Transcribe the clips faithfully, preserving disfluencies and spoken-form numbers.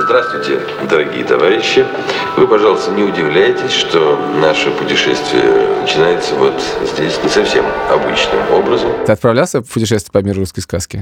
Здравствуйте, дорогие товарищи. Вы, пожалуйста, не удивляйтесь, что наше путешествие начинается вот здесь не совсем обычным образом. Ты отправлялся в путешествие по миру русской сказки?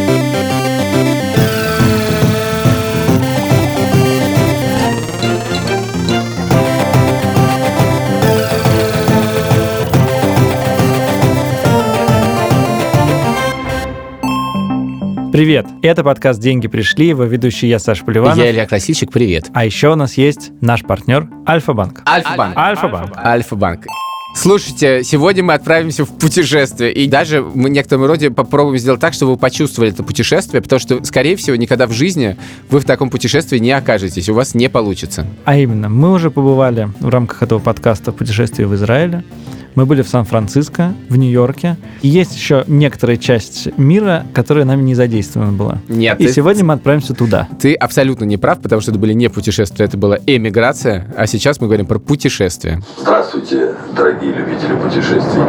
Привет! Это подкаст «Деньги пришли», его ведущий я, Саша Поливанов. Я Илья Красильщик, привет. А еще у нас есть наш партнер Альфа-банк. Альфа-банк. Альфа-банк. Альфа-банк. Слушайте, сегодня мы отправимся в путешествие, и даже мы в некотором роде попробуем сделать так, чтобы вы почувствовали это путешествие, потому что, скорее всего, никогда в жизни вы в таком путешествии не окажетесь, у вас не получится. А именно, мы уже побывали в рамках этого подкаста в путешествии в Израиле, мы были в Сан-Франциско, в Нью-Йорке, и есть еще некоторая часть мира, которая нами не задействована была. Нет. И ты... сегодня мы отправимся туда. Ты абсолютно не прав, потому что это были не путешествия, это была эмиграция, а сейчас мы говорим про путешествие. Здравствуйте, дорогие любители путешествий.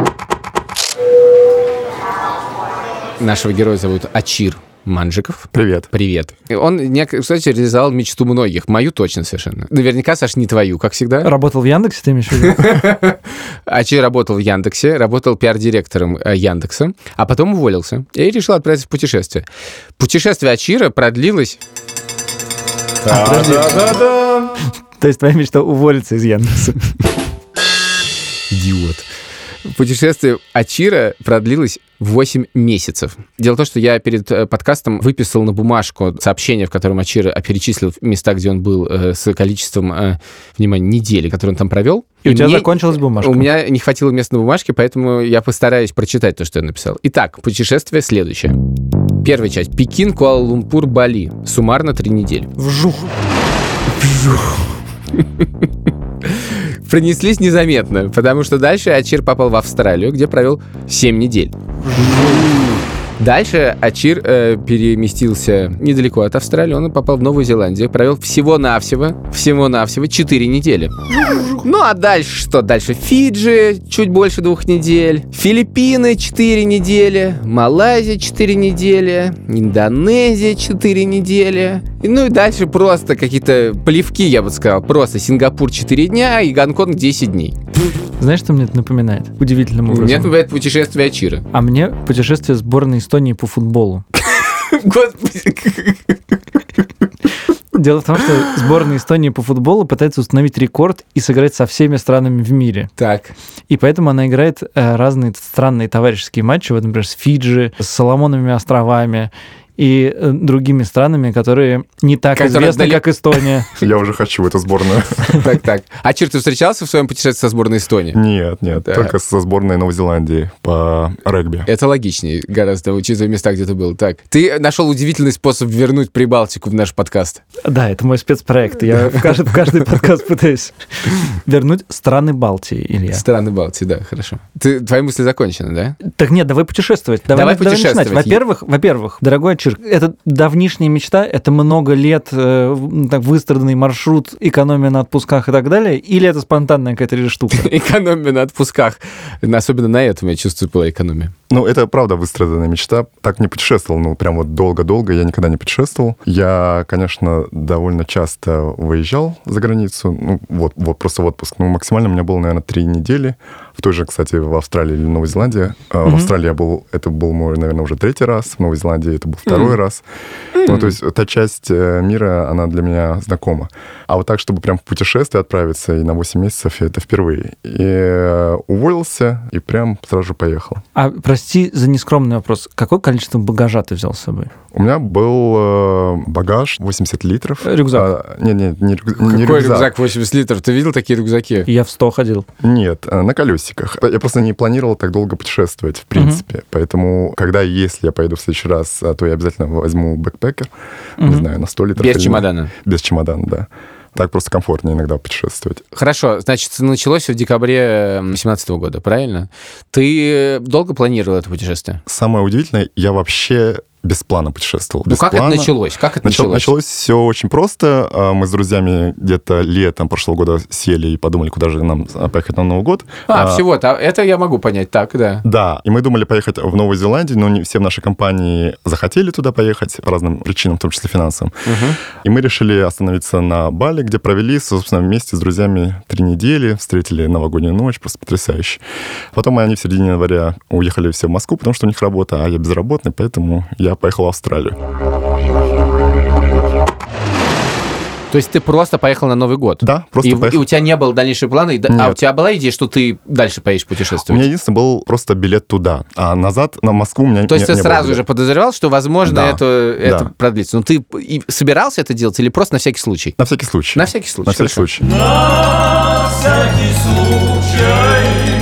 Нашего героя зовут Ачир Манджиков. Привет. Привет. Он, кстати, реализовал мечту многих. Мою точно совершенно. Наверняка, Саш, не твою, как всегда. Работал в Яндексе, ты имеешь в виду? Ачир работал в Яндексе, работал пиар-директором Яндекса, а потом уволился и решил отправиться в путешествие. Путешествие Ачира продлилось... Да-да-да-да. То есть твоя мечта уволиться из Яндекса. Идиот. Путешествие Ачира продлилось восемь месяцев. Дело в том, что я перед подкастом выписал на бумажку сообщение, в котором Ачир перечислил места, где он был, с количеством, внимания, недели, которые он там провел. И, и у тебя мне, закончилась бумажка. У меня не хватило места на бумажке, поэтому я постараюсь прочитать то, что я написал. Итак, путешествие следующее. Первая часть. Пекин, Куала-Лумпур, Бали. Суммарно три недели. Вжух. Вжух. Пронеслись незаметно, потому что дальше Ачир попал в Австралию, где провел семь недель. Дальше Ачир э, переместился недалеко от Австралии, он попал в Новую Зеландию, провел всего-навсего, всего-навсего четыре недели. Ну а дальше что? Дальше Фиджи, чуть больше двух недель, Филиппины четыре недели, Малайзия четыре недели, Индонезия четыре недели. И, ну и дальше просто какие-то плевки, я бы сказал, просто Сингапур четыре дня и Гонконг десять дней. Знаешь, что мне это напоминает? Удивительным образом. Мне напоминает путешествие Ачира. А мне путешествие сборной Эстонии по футболу. Господи. Дело в том, что сборная Эстонии по футболу пытается установить рекорд и сыграть со всеми странами в мире. Так. И поэтому она играет э, разные странные товарищеские матчи, вот, например, с Фиджи, с Соломоновыми островами и э, другими странами, которые не так которые известны, дали... как Эстония. Я уже хочу в эту сборную. Так, так. А Чир, ты встречался в своем путешествии со сборной Эстонии? Нет, нет, только со сборной Новой Зеландии по регби. Это логичнее гораздо, учитывая места, где ты был. Так, ты нашел удивительный способ вернуть Прибалтику в наш подкаст. Да, это мой спецпроект. Я в каждый, в каждый подкаст пытаюсь вернуть страны Балтии, Илья. Страны Балтии, да, хорошо. Ты, твои мысли закончены, да? Так нет, давай путешествовать. Давай, давай давай путешествовать. Начинать. Во-первых, во-первых, дорогой Ачир, это давнишняя мечта, это много лет э, так, выстраданный маршрут, экономия на отпусках и так далее, или это спонтанная какая-то штука? Экономия на отпусках. Особенно на этом, я чувствую, была экономия. Ну, это правда выстраданная мечта. Так не путешествовал, ну, прям вот долго-долго я никогда не путешествовал. Я, конечно, довольно часто выезжал за границу, ну, вот, вот просто в отпуск. Ну, максимально у меня было, наверное, три недели. В той же, кстати, в Австралии или Новой Зеландии. Mm-hmm. В Австралии я был, это был мой, наверное, уже третий раз. В Новой Зеландии это был второй mm-hmm. раз. Mm-hmm. Ну, то есть та часть мира, она для меня знакома. А вот так, чтобы прям в путешествие отправиться и на восемь месяцев, это впервые. И уволился, и прям сразу же поехал. А, прости за нескромный вопрос. Какое количество багажа ты взял с собой? У меня был багаж восемьдесят литров. Рюкзак? А, не, не, не, рюк... Какой не рюкзак. рюкзак восемьдесят литров? Ты видел такие рюкзаки? Я в сто ходил. Нет, на колесиках. Я просто не планировал так долго путешествовать, в принципе. Uh-huh. Поэтому, когда, если я поеду в следующий раз, то я обязательно возьму бэкпекер, uh-huh. не знаю, на сто литров. Без чемодана? Без чемодана, да. Так просто комфортнее иногда путешествовать. Хорошо, значит, началось в декабре две тысячи семнадцатого года, правильно? Ты долго планировал это путешествие? Самое удивительное, я вообще без плана путешествовал. Ну, без как плана. это началось? Как это Начал, началось? Началось все очень просто. Мы с друзьями где-то летом прошлого года сели и подумали, куда же нам поехать на Новый год. А, а всего-то. Это я могу понять. Так, да. Да. И мы думали поехать в Новую Зеландию, но не все в нашей компании захотели туда поехать по разным причинам, в том числе финансовым. Угу. И мы решили остановиться на Бали, где провели, собственно, вместе с друзьями три недели, встретили новогоднюю ночь, просто потрясающе. Потом они в середине января уехали все в Москву, потому что у них работа, а я безработный, поэтому я поехал в Австралию. То есть ты просто поехал на Новый год? Да, просто и, поехал. И у тебя не было дальнейшего плана? И, а у тебя была идея, что ты дальше поедешь путешествовать? У меня единственное был просто билет туда, а назад на Москву у меня То есть не, ты не сразу было же подозревал, что, возможно, да. это, это да. продлится. Но ты и собирался это делать или просто на всякий случай? На всякий случай. На всякий случай. На всякий Хорошо. случай. На всякий случай.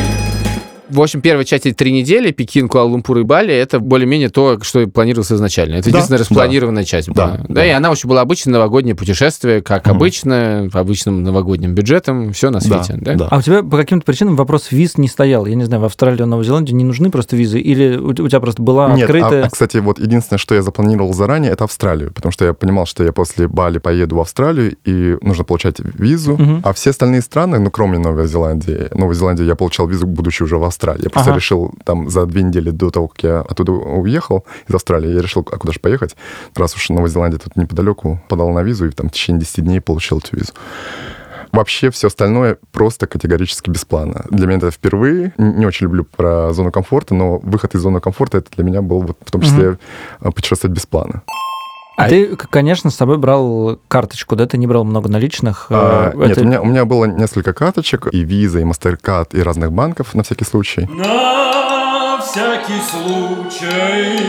В общем, первая часть три недели, Пекин, Куала-Лумпур и Бали, это более-менее то, что планировалось изначально. Это Да, единственная да. распланированная часть была. Да, Да, да. и она вообще была обычное новогоднее путешествие, как Мгм. обычно, по обычным новогодним бюджетам, все на свете. Да, да. А у тебя по каким-то причинам вопрос виз не стоял? Я не знаю, в Австралию, Новую Зеландию не нужны просто визы? Или у у тебя просто была Нет, открытая... а, а, кстати, вот единственное, что я запланировал заранее, это Австралию, потому что я понимал, что я после Бали поеду в Австралию, и нужно получать визу. Мгм. А все остальные страны, ну, кроме Новой Зеландии, Новой Зеландии я получал визу, будучи уже в Австралии. Я просто Ага. решил там за две недели до того, как я оттуда уехал, из Австралии, я решил, а куда же поехать, раз уж Новая Зеландия тут неподалеку, подал на визу, и там в течение десяти дней получил эту визу. Вообще все остальное просто категорически без плана. Для меня это впервые. Не очень люблю про зону комфорта, но выход из зоны комфорта, это для меня был вот, в том числе mm-hmm. путешествовать без плана. А ты, конечно, с собой брал карточку, да? Ты не брал много наличных? А, это... Нет, у меня, у меня было несколько карточек, и Visa, и MasterCard, и разных банков на всякий случай. На всякий случай.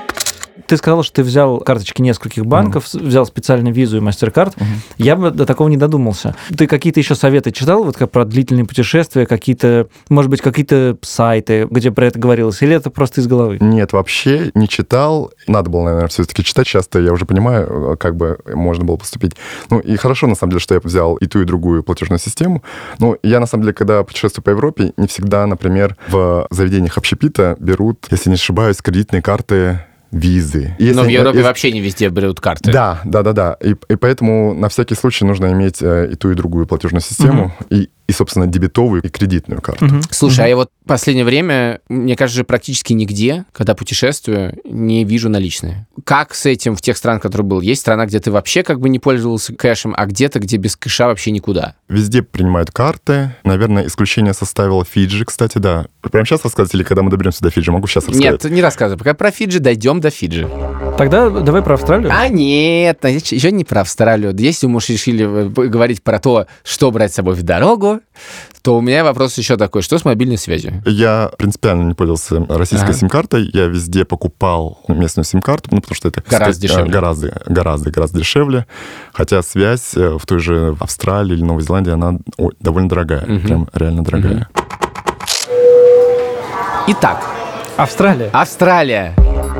Ты сказал, что ты взял карточки нескольких банков, mm. взял специальную визу и MasterCard. Mm-hmm. Я бы до такого не додумался. Ты какие-то еще советы читал, вот как про длительные путешествия, какие-то, может быть, какие-то сайты, где про это говорилось, или это просто из головы? Нет, вообще не читал. Надо было, наверное, все-таки читать. Часто я уже понимаю, как бы можно было поступить. Ну, и хорошо, на самом деле, что я взял и ту, и другую платежную систему. Но я, на самом деле, когда путешествую по Европе, не всегда, например, в заведениях общепита берут, если не ошибаюсь, кредитные карты визы. Если, Но в Европе если... вообще не везде берут карты. Да, да, да, да. И, и поэтому на всякий случай нужно иметь э, и ту, и другую платежную систему, uh-huh. и, и, собственно, дебетовую и кредитную карту. Uh-huh. Слушай, uh-huh. а я вот в последнее время, мне кажется, практически нигде, когда путешествую, не вижу наличные. Как с этим в тех странах, которые был? Есть страна, где ты вообще как бы не пользовался кэшем, а где-то, где без кэша вообще никуда? Везде принимают карты. Наверное, исключение составило Фиджи, кстати, да. Прямо сейчас рассказать или когда мы доберемся до Фиджи? Могу сейчас рассказать? Нет, не рассказывай. Пока про Фиджи дойдем до Фиджи. Тогда давай про Австралию. А нет, еще не про Австралию. Если мы уж решили говорить про то, что брать с собой в дорогу, то у меня вопрос еще такой, что с мобильной связью? Я принципиально не пользовался российской ага. сим-картой. Я везде покупал местную сим-карту, ну, потому что это гораздо дешевле. Гораздо, гораздо, гораздо дешевле. Хотя связь в той же Австралии или Новой Зеландии, она ой, довольно дорогая. Угу. Прям реально дорогая. Угу. Итак. Австралия. Австралия.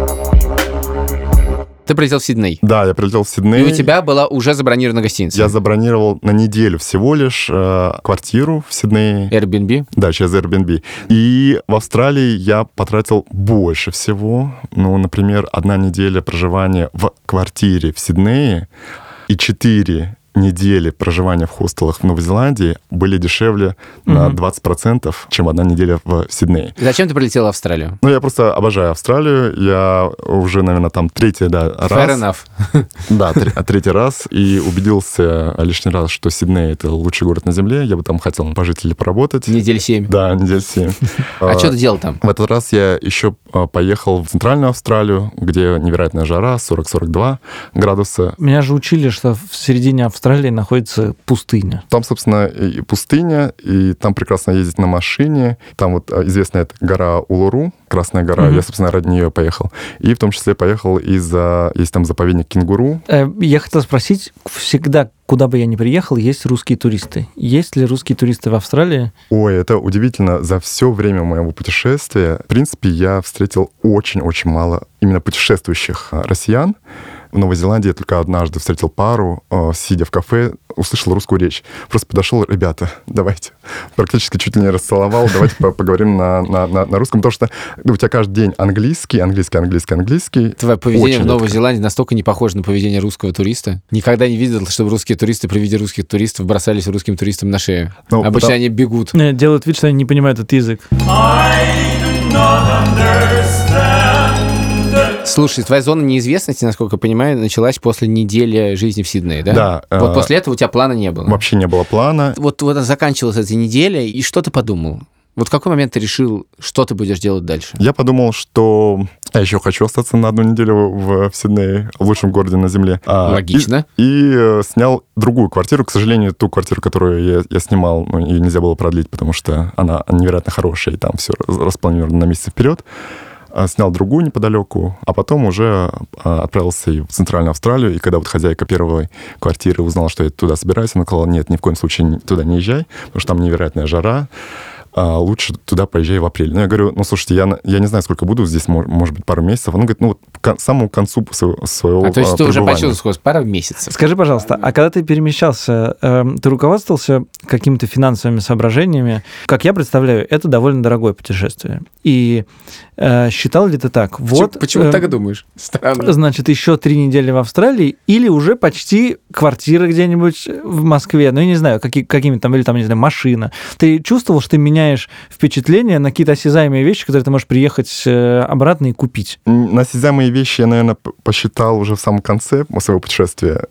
Ты прилетел в Сидней. Да, я прилетел в Сидней. И у тебя была уже забронирована гостиница. Я забронировал на неделю всего лишь э, квартиру в Сиднее. Airbnb? Да, через Airbnb. И в Австралии я потратил больше всего. Ну, например, одна неделя проживания в квартире в Сиднее и четыре недели проживания в хостелах в Новой Зеландии были дешевле mm-hmm. на двадцать процентов, чем одна неделя в Сиднее. Зачем ты прилетел в Австралию? Ну, я просто обожаю Австралию. Я уже, наверное, там третий да, раз. Fair enough. Да, третий раз. И убедился лишний раз, что Сидней — это лучший город на Земле. Я бы там хотел пожить или поработать. Недель семь. Да, недель семь. А что ты делал там? В этот раз я еще поехал в Центральную Австралию, где невероятная жара, сорок - сорок два градуса. Меня же учили, что в середине Австралии находится пустыня. Там, собственно, и пустыня, и там прекрасно ездить на машине. Там вот известная гора Улуру, Красная гора. Mm-hmm. Я, собственно, ради нее поехал. И в том числе поехал из-за... Есть там заповедник кенгуру. Я хотел спросить, всегда, куда бы я ни приехал, есть русские туристы. Есть ли русские туристы в Австралии? Ой, это удивительно. За все время моего путешествия, в принципе, я встретил очень-очень мало именно путешествующих россиян. В Новой Зеландии я только однажды встретил пару, э, сидя в кафе, услышал русскую речь. Просто подошел, ребята, давайте. Практически чуть ли не расцеловал, давайте поговорим на, на, на, на русском, потому что у тебя каждый день английский, английский, английский, английский. Твое поведение Очень в Новой редко. Зеландии настолько не похоже на поведение русского туриста. Никогда не видел, чтобы русские туристы при виде русских туристов бросались русским туристам на шею. Ну, Обычно потому- они бегут. Э, Делают вид, что они не понимают этот язык. I do not understand. Слушай, твоя зона неизвестности, насколько я понимаю, началась после недели жизни в Сиднее, да? Да, Вот э, после этого у тебя плана не было. Вообще не было плана. Вот, вот заканчивалась эта неделя, и что ты подумал? Вот в какой момент ты решил, что ты будешь делать дальше? Я подумал, что я еще хочу остаться на одну неделю в, в Сиднее, в лучшем городе на Земле. А, Логично. И, и э, снял другую квартиру. К сожалению, ту квартиру, которую я, я снимал, ну, ее нельзя было продлить, потому что она невероятно хорошая, и там все распланировано на месяц вперед. А, Снял другую неподалеку, а потом уже а, отправился и в Центральную Австралию. И когда вот хозяйка первой квартиры узнала, что я туда собираюсь, она сказала: нет, ни в коем случае не- туда не езжай, потому что там невероятная жара. А, лучше туда поезжай в апреле. Ну, я говорю, ну, слушайте, я, на- я не знаю, сколько буду здесь, мож- может быть, пару месяцев. Он говорит, ну, вот к кон- самому концу своего, своего А то есть а, ты уже пребывания. почувствовал сквозь пару месяцев. Скажи, пожалуйста, а когда ты перемещался, эм, ты руководствовался какими-то финансовыми соображениями? Как я представляю, это довольно дорогое путешествие. И э, считал ли ты так? Вот, почему почему э, так думаешь? Странно. Значит, еще три недели в Австралии или уже почти квартира где-нибудь в Москве, ну, я не знаю, какие, какими там, или там, не знаю, машина. Ты чувствовал, что ты меняешь впечатления на какие-то осязаемые вещи, которые ты можешь приехать э, обратно и купить? М, На осязаемые вещи я, наверное, п- посчитал уже в самом конце своего путешествия.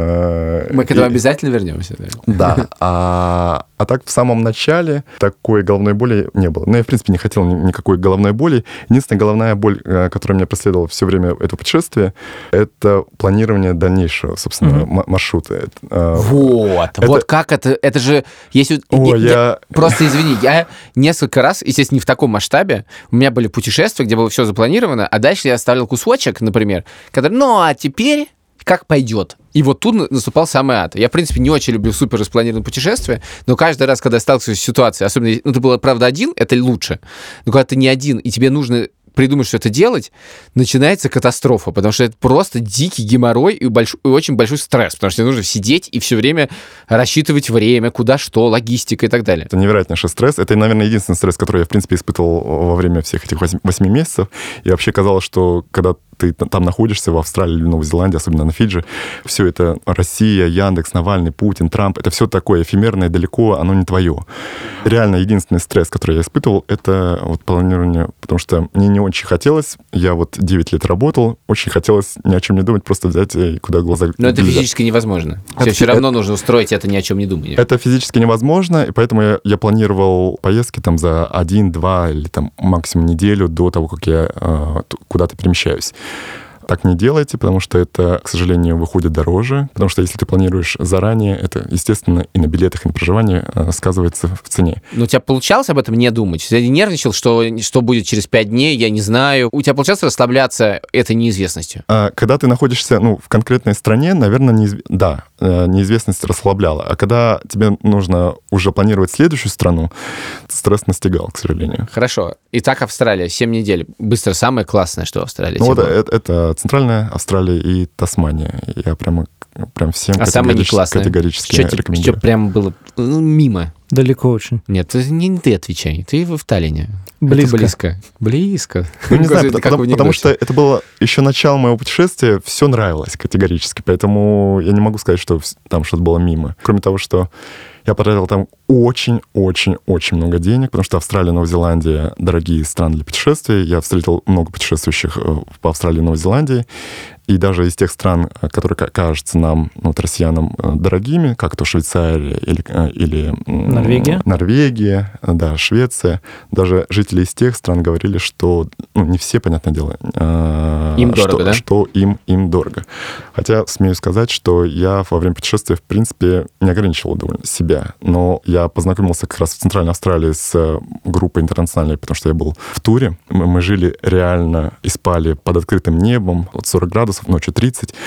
Э, Мы к этому и- обязательно вернемся. Да? Да. А, а так в самом начале такой головной боли не было. Ну, я, в принципе, не хотел ни- никакой головной боли. Единственная головная боль, э, которая меня преследовала все время этого путешествия, это планирование дальнейшего, собственно, м- маршрута. Это, э, Вот, Это- вот как это, это же, если... Ой, я- я- Просто извини, я несколько раз, естественно, не в таком масштабе, у меня были путешествия, где было все запланировано, а дальше я оставлял кусочек, например, который, ну, а теперь как пойдет. И вот тут на- наступал самый ад. Я, в принципе, не очень люблю супер распланированные путешествия, но каждый раз, когда я сталкиваюсь с ситуацией, особенно, если- ну, ты был, правда, один, это лучше, но когда ты не один, и тебе нужно придумать, что это делать, начинается катастрофа, потому что это просто дикий геморрой и, больш... и очень большой стресс, потому что тебе нужно сидеть и все время рассчитывать время, куда что, логистика и так далее. Это невероятнейший стресс. Это, наверное, единственный стресс, который я, в принципе, испытывал во время всех этих восьми, восьми месяцев. И вообще казалось, что когда ты т- там находишься, в Австралии или Новой Зеландии, особенно на Фиджи, все это Россия, Яндекс, Навальный, Путин, Трамп, это все такое эфемерное, далеко, оно не твое. Реально, единственный стресс, который я испытывал, это вот планирование, потому что мне не очень хотелось, я вот девять лет работал, очень хотелось ни о чем не думать, просто взять и куда глаза Но это глядят. физически невозможно. Это Все, все фи- равно нужно устроить это ни о чем не думая. Это физически невозможно, и поэтому я, я планировал поездки там за один, два или там максимум неделю до того, как я э, т- куда-то перемещаюсь. Так не делайте, потому что это, к сожалению, выходит дороже, потому что если ты планируешь заранее, это, естественно, и на билетах, и на проживание э, сказывается в цене. Но у тебя получалось об этом не думать? Ты не нервничал, что, что будет через пять дней, я не знаю. У тебя получалось расслабляться этой неизвестностью? А когда ты находишься, ну, в конкретной стране, наверное, неизв... да, э, неизвестность расслабляла. А когда тебе нужно уже планировать следующую страну, стресс настигал, к сожалению. Хорошо. Итак, Австралия, семь недель. Быстро, самое классное, что в Австралии. Ну вот тебе было. это, это Центральная Австралия и Тасмания. Я прямо прям всем А самое не категорически, классное? категорически Что, тебе- рекомендую. что прям было ну, мимо? Далеко очень. Нет, ты, не ты отвечай. Ты в Таллине. Близко. Это близко. Близко. Ну, не знаю, Это потому, как в потому- потому анекдоте. что это было еще начало моего путешествия, все нравилось категорически, поэтому я не могу сказать, что вс- там что-то было мимо. Кроме того, что я потратил там очень-очень-очень много денег, потому что Австралия и Новая Зеландия — дорогие страны для путешествий. Я встретил много путешествующих э, по Австралии и Новой Зеландии. И даже из тех стран, э, которые ка- кажутся нам, ну, вот, россиянам, э, дорогими, как то Швейцария или, э, или м, Норвегия. Норвегия, э, да, Швеция, даже жители из тех стран говорили, что, ну, не все, понятное дело, э, Им что, дорого, да? что им, им дорого. Хотя смею сказать, что я во время путешествия, в принципе, не ограничивал довольно себя, но я познакомился как раз в Центральной Австралии с э, группой интернациональной, потому что я был в туре. Мы, мы жили реально и спали под открытым небом, вот сорок градусов, ночью тридцать.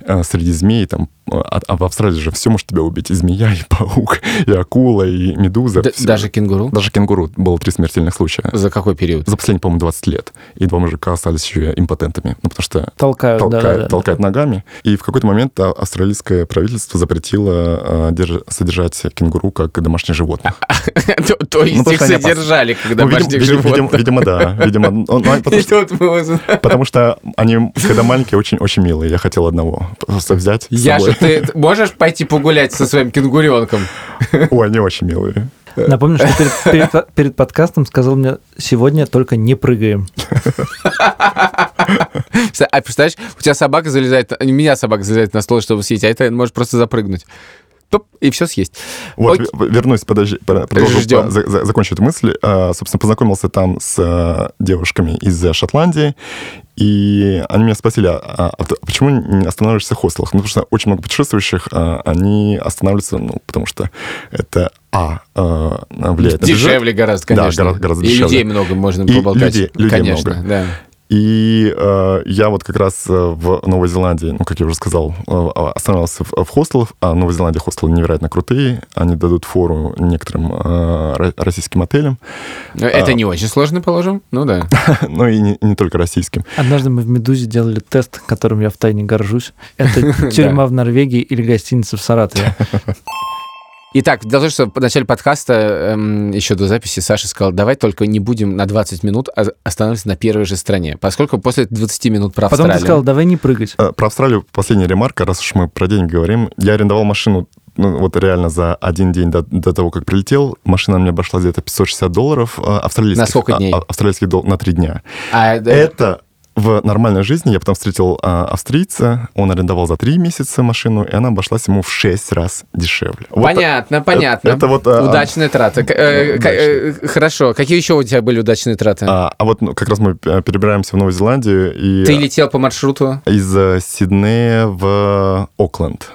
э, среди змей, там, а, а в Австралии же все может тебя убить. И змея, и паук, и акула, и медуза. Д- даже кенгуру? Даже кенгуру. Было три смертельных случая. За какой период? За последние, по-моему, двадцать лет. И два мужика остались еще импотентами. Ну, потому что Толкают, толкают, да, да, толкают да. ногами. И в какой-то момент а, австралийское правительство запретило а, держ... содержать кенгуру как домашних животных. То- То есть Ну, потому их что они опасны. содержали как Ну, домашних видимо, видимо, животных. видимо, да. Видимо, ну, ну, потому, И что, тут мы узнаем. потому что они, когда маленькие, очень-очень милые. Я хотел одного просто взять с Яша, собой. ты можешь пойти погулять со своим кенгуренком? Ой, они очень милые. Напомню, что перед, перед, перед подкастом сказал мне, сегодня только не прыгаем. А представляешь, у тебя собака залезает, у меня собака залезает на стол, чтобы съесть, а это может просто запрыгнуть. Туп, и все съесть. Вот, Окей. в- вернусь, подожди, про- продолжу, Ждем. по- за- за- закончу эту мысль. А, Собственно, познакомился там с а, девушками из а, Шотландии, и они меня спросили, а, а ты- почему не останавливаешься в хостелах? Ну, потому что очень много путешествующих, а, они останавливаются, ну, потому что это, а, а, влияет на бюджет. Дешевле гораздо, Да, конечно. гора- гораздо И дешевле. людей много можно И поболтать. людей- людей Конечно, много. да. И э, я вот как раз э, в Новой Зеландии, ну, как я уже сказал, э, останавливался в, в хостелах, а в Новой Зеландии хостелы невероятно крутые, они дадут фору некоторым э, ро- российским отелям, Но это А. не очень сложно, положим? Ну да. но и не, и не только российским. Однажды мы в «Медузе» делали тест, которым я втайне горжусь. Это тюрьма в Норвегии или гостиница в Саратове. Итак, должно, что в начале подкаста, эм, еще до записи, Саша сказал, давай только не будем на двадцать минут а остановиться на первой же стране, поскольку после двадцати минут про Потом Австралию... ты сказал, давай не прыгать. Э, Про Австралию последняя ремарка, раз уж мы про деньги говорим. Я арендовал машину, ну, вот реально за один день до, до того, как прилетел. Машина мне обошлась где-то пятьсот шестьдесят долларов э, австралийских. На сколько дней? а- а- австралийских дол- на три дня. А, да, Это в нормальной жизни. Я потом встретил а, австрийца, он арендовал за три месяца машину, и она обошлась ему в шесть раз дешевле. Вот понятно, это- понятно. Это, вот... а, Удачная трата. К- э, к- э, Хорошо. Какие еще у тебя были удачные траты? А, а вот ну, как раз мы э, перебираемся в Новую Зеландию, и Ты летел по маршруту? из э, Сиднея в Окленд.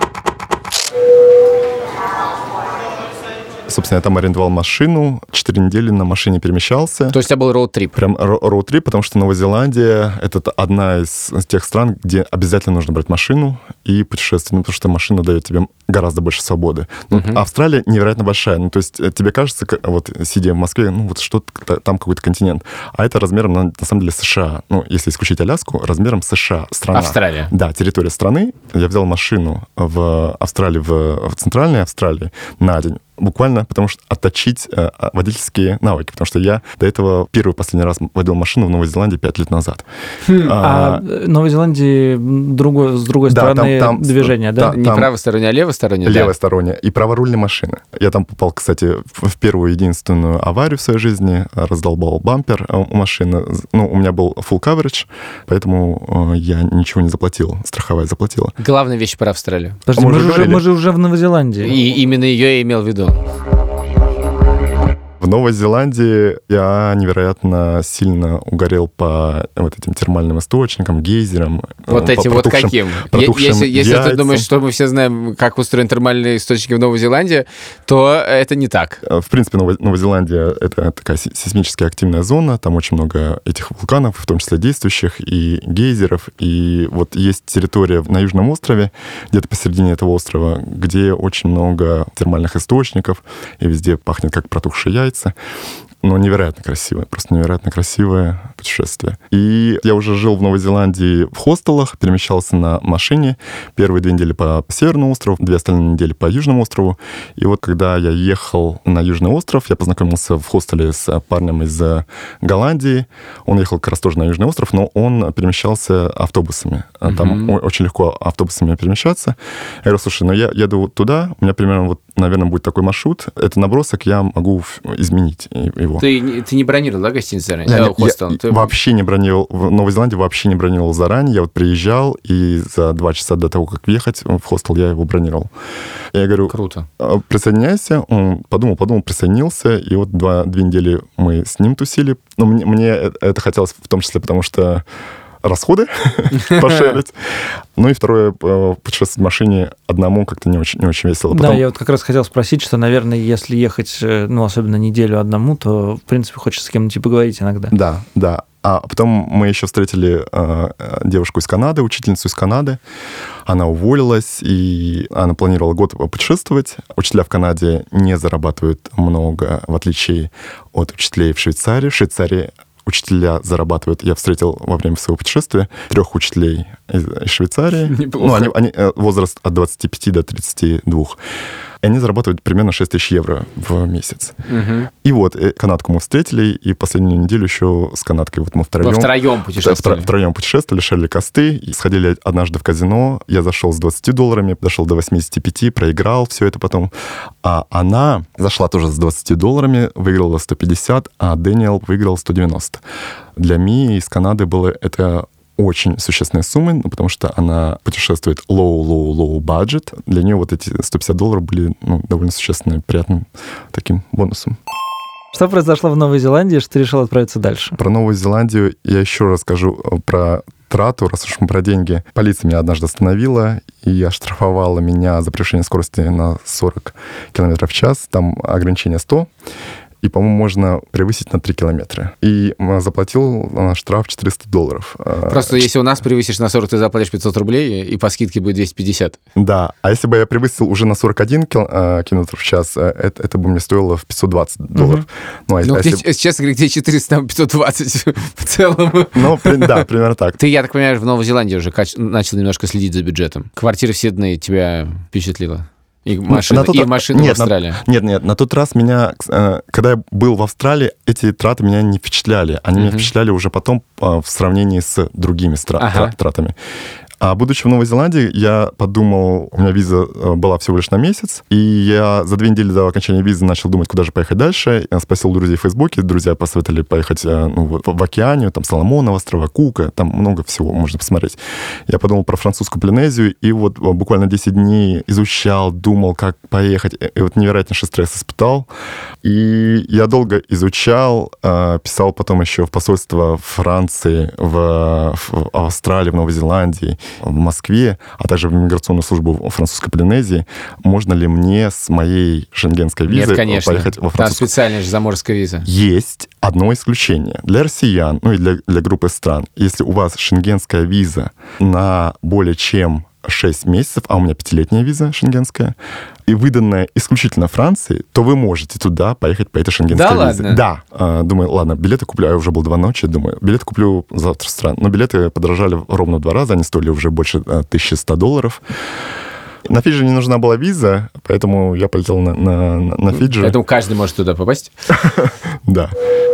Собственно, я там арендовал машину, четыре недели на машине перемещался. То есть у тебя был роуд-трип? Прям ро- роуд-трип, потому что Новая Зеландия — это т- одна из тех стран, где обязательно нужно брать машину и путешествовать, ну, потому что машина дает тебе гораздо больше свободы. Ну, Мгм. Австралия невероятно большая. Ну, то есть э, тебе кажется, к- вот сидя в Москве, ну, вот что-то там какой-то континент. А это размером, на, на самом деле, США. Ну, если исключить Аляску, размером США. Страна. Австралия. Да, территория страны. Я взял машину в Австралии, в, в центральной Австралии на день. Буквально потому что отточить э, водительские навыки. Потому что я до этого первый последний раз водил машину в Новой Зеландии пять лет назад. А в Новой Зеландии другой, с другой Да, стороны там- там- движение, да? да. Не Там- правосторонняя, а левосторонняя? Левая сторонняя. И праворульные машины. Я там попал, кстати, в, в первую единственную аварию в своей жизни. Раздолбал бампер э, у машины. Ну, у меня был full coverage, поэтому э, я ничего не заплатил. Страховая заплатила. Да. Главная вещь про Австралию. Подожди, мы мы, уже же уже, говорили. мы же уже в Новой Зеландии. И именно ее я имел в виду. В Новой Зеландии я невероятно сильно угорел по вот этим термальным источникам, гейзерам. Вот э, эти по вот протухшим- каким? Е- протухшим Если, если ты яйцам. думаешь, что мы все знаем, как устроены термальные источники в Новой Зеландии, то это не так. Э, В принципе, Новая, Новая Зеландия — это такая се- сейсмически активная зона, там очень много этих вулканов, в том числе действующих, и гейзеров, и вот есть территория на Южном острове, где-то посередине этого острова, где очень много термальных источников, и везде пахнет как протухшие яйца. Но невероятно красивое, просто невероятно красивое путешествие. И я уже жил в Новой Зеландии в хостелах, перемещался на машине. Первые две недели по Северному острову, две остальные недели по Южному острову. И вот когда я ехал на Южный остров, я познакомился в хостеле с парнем из Голландии. Он ехал как раз тоже на Южный остров, но он перемещался автобусами. Там Мгм. о- очень легко автобусами перемещаться. Я говорю, слушай, ну я еду туда, у меня примерно вот, наверное, будет такой маршрут. Это набросок, я могу ф- изменить и- его. Ты, не- ты не бронировал, да, гостиницу заранее? Я, Э, не- хостел? я Ты- вообще не бронировал, в Новой Зеландии вообще не бронировал заранее. Я вот приезжал, и за два часа до того, как въехать в хостел, я его бронировал. Я говорю, Круто. «А, присоединяйся. Он подумал, подумал, присоединился, и вот два, две недели мы с ним тусили. Но мне, мне это хотелось в том числе, потому что расходы пошерить. Ну и второе, путешествовать в машине одному как-то не очень, не очень весело. Да, я вот как раз хотел спросить, что, наверное, если ехать, ну, особенно неделю одному, то, в принципе, хочется с кем-нибудь поговорить иногда. Да, да. А потом мы еще встретили э, девушку из Канады, учительницу из Канады. Она уволилась, и она планировала год путешествовать. Учителя в Канаде не зарабатывают много, в отличие от учителей в Швейцарии. В Швейцарии учителя зарабатывают. Я встретил во время своего путешествия трех учителей из, из Швейцарии. Неплохо. Ну, они, они, возраст от двадцати пяти до тридцати двух. И они зарабатывают примерно шесть тысяч евро в месяц. Угу. И вот канадку мы встретили, и последнюю неделю еще с канадкой вот мы втроем... Вы втроем путешествовали? Втроем путешествовали, шерили косты, и сходили однажды в казино. Я зашел с двадцатью долларами, дошел до восьмидесяти пяти, проиграл все это потом. А она зашла тоже с двадцатью долларами, выиграла сто пятьдесят, а Дэниел выиграл сто девяносто. Для Мии из Канады было это... очень существенная сумма, ну, потому что она путешествует low-low-low budget. Для нее вот эти сто пятьдесят долларов были ну, довольно существенным, приятным таким бонусом. Что произошло в Новой Зеландии, что ты решил отправиться дальше? Про Новую Зеландию я еще расскажу про трату, раз уж мы про деньги. Полиция меня однажды остановила и оштрафовала меня за превышение скорости на сорок километров в час. Там ограничение сто. И, по-моему, можно превысить на три километра. И заплатил на штраф четыреста долларов. Просто если у нас превысишь на сорок, ты заплатишь пятьсот рублей, и по скидке будет двести пятьдесят. Да, а если бы я превысил уже на сорок один километр в час, это, это бы мне стоило в пятьсот двадцать долларов. Угу. Ну, а ну а где, если... честно говоря, где четыреста, там пятьсот двадцать в целом. Ну, да, примерно так. Ты, я так понимаю, в Новой Зеландии уже начал немножко следить за бюджетом. Квартира в Сиднее тебя впечатлила? И машина, тот... и машина нет, в Австралии. На... Нет, нет, на тот раз меня, когда я был в Австралии, эти траты меня не впечатляли. Они uh-huh. меня впечатляли уже потом в сравнении с другими стра... uh-huh. тратами. А будучи в Новой Зеландии, я подумал, у меня виза была всего лишь на месяц, и я за две недели до окончания визы начал думать, куда же поехать дальше. Я спросил друзей в Фейсбуке, друзья посоветовали поехать ну, в, в Океанию, там Соломоново острова, Кука, там много всего можно посмотреть. Я подумал про французскую Полинезию, и вот буквально десять дней изучал, думал, как поехать, и вот невероятнейший стресс испытал. И я долго изучал, писал потом еще в посольство Франции, в, в Австралии, в Новой Зеландии, в Москве, а также в миграционную службу французской Полинезии, можно ли мне с моей шенгенской визой Нет, конечно. поехать во Францию? Там специальная же заморская виза. Есть одно исключение. Для россиян, ну и для, для группы стран, если у вас шенгенская виза на более чем шесть месяцев, а у меня пятилетняя виза шенгенская, и выданная исключительно Франции, то вы можете туда поехать по этой шенгенской да, визе. Ладно? Да. А, думаю, ладно, билеты куплю, а я уже был два ночи, думаю, билеты куплю завтра в страну. Но билеты подорожали ровно в два раза, они стоили уже больше тысячи ста долларов. На Фиджи не нужна была виза, поэтому я полетел на, на, на Фиджи. Поэтому каждый может туда попасть? Да.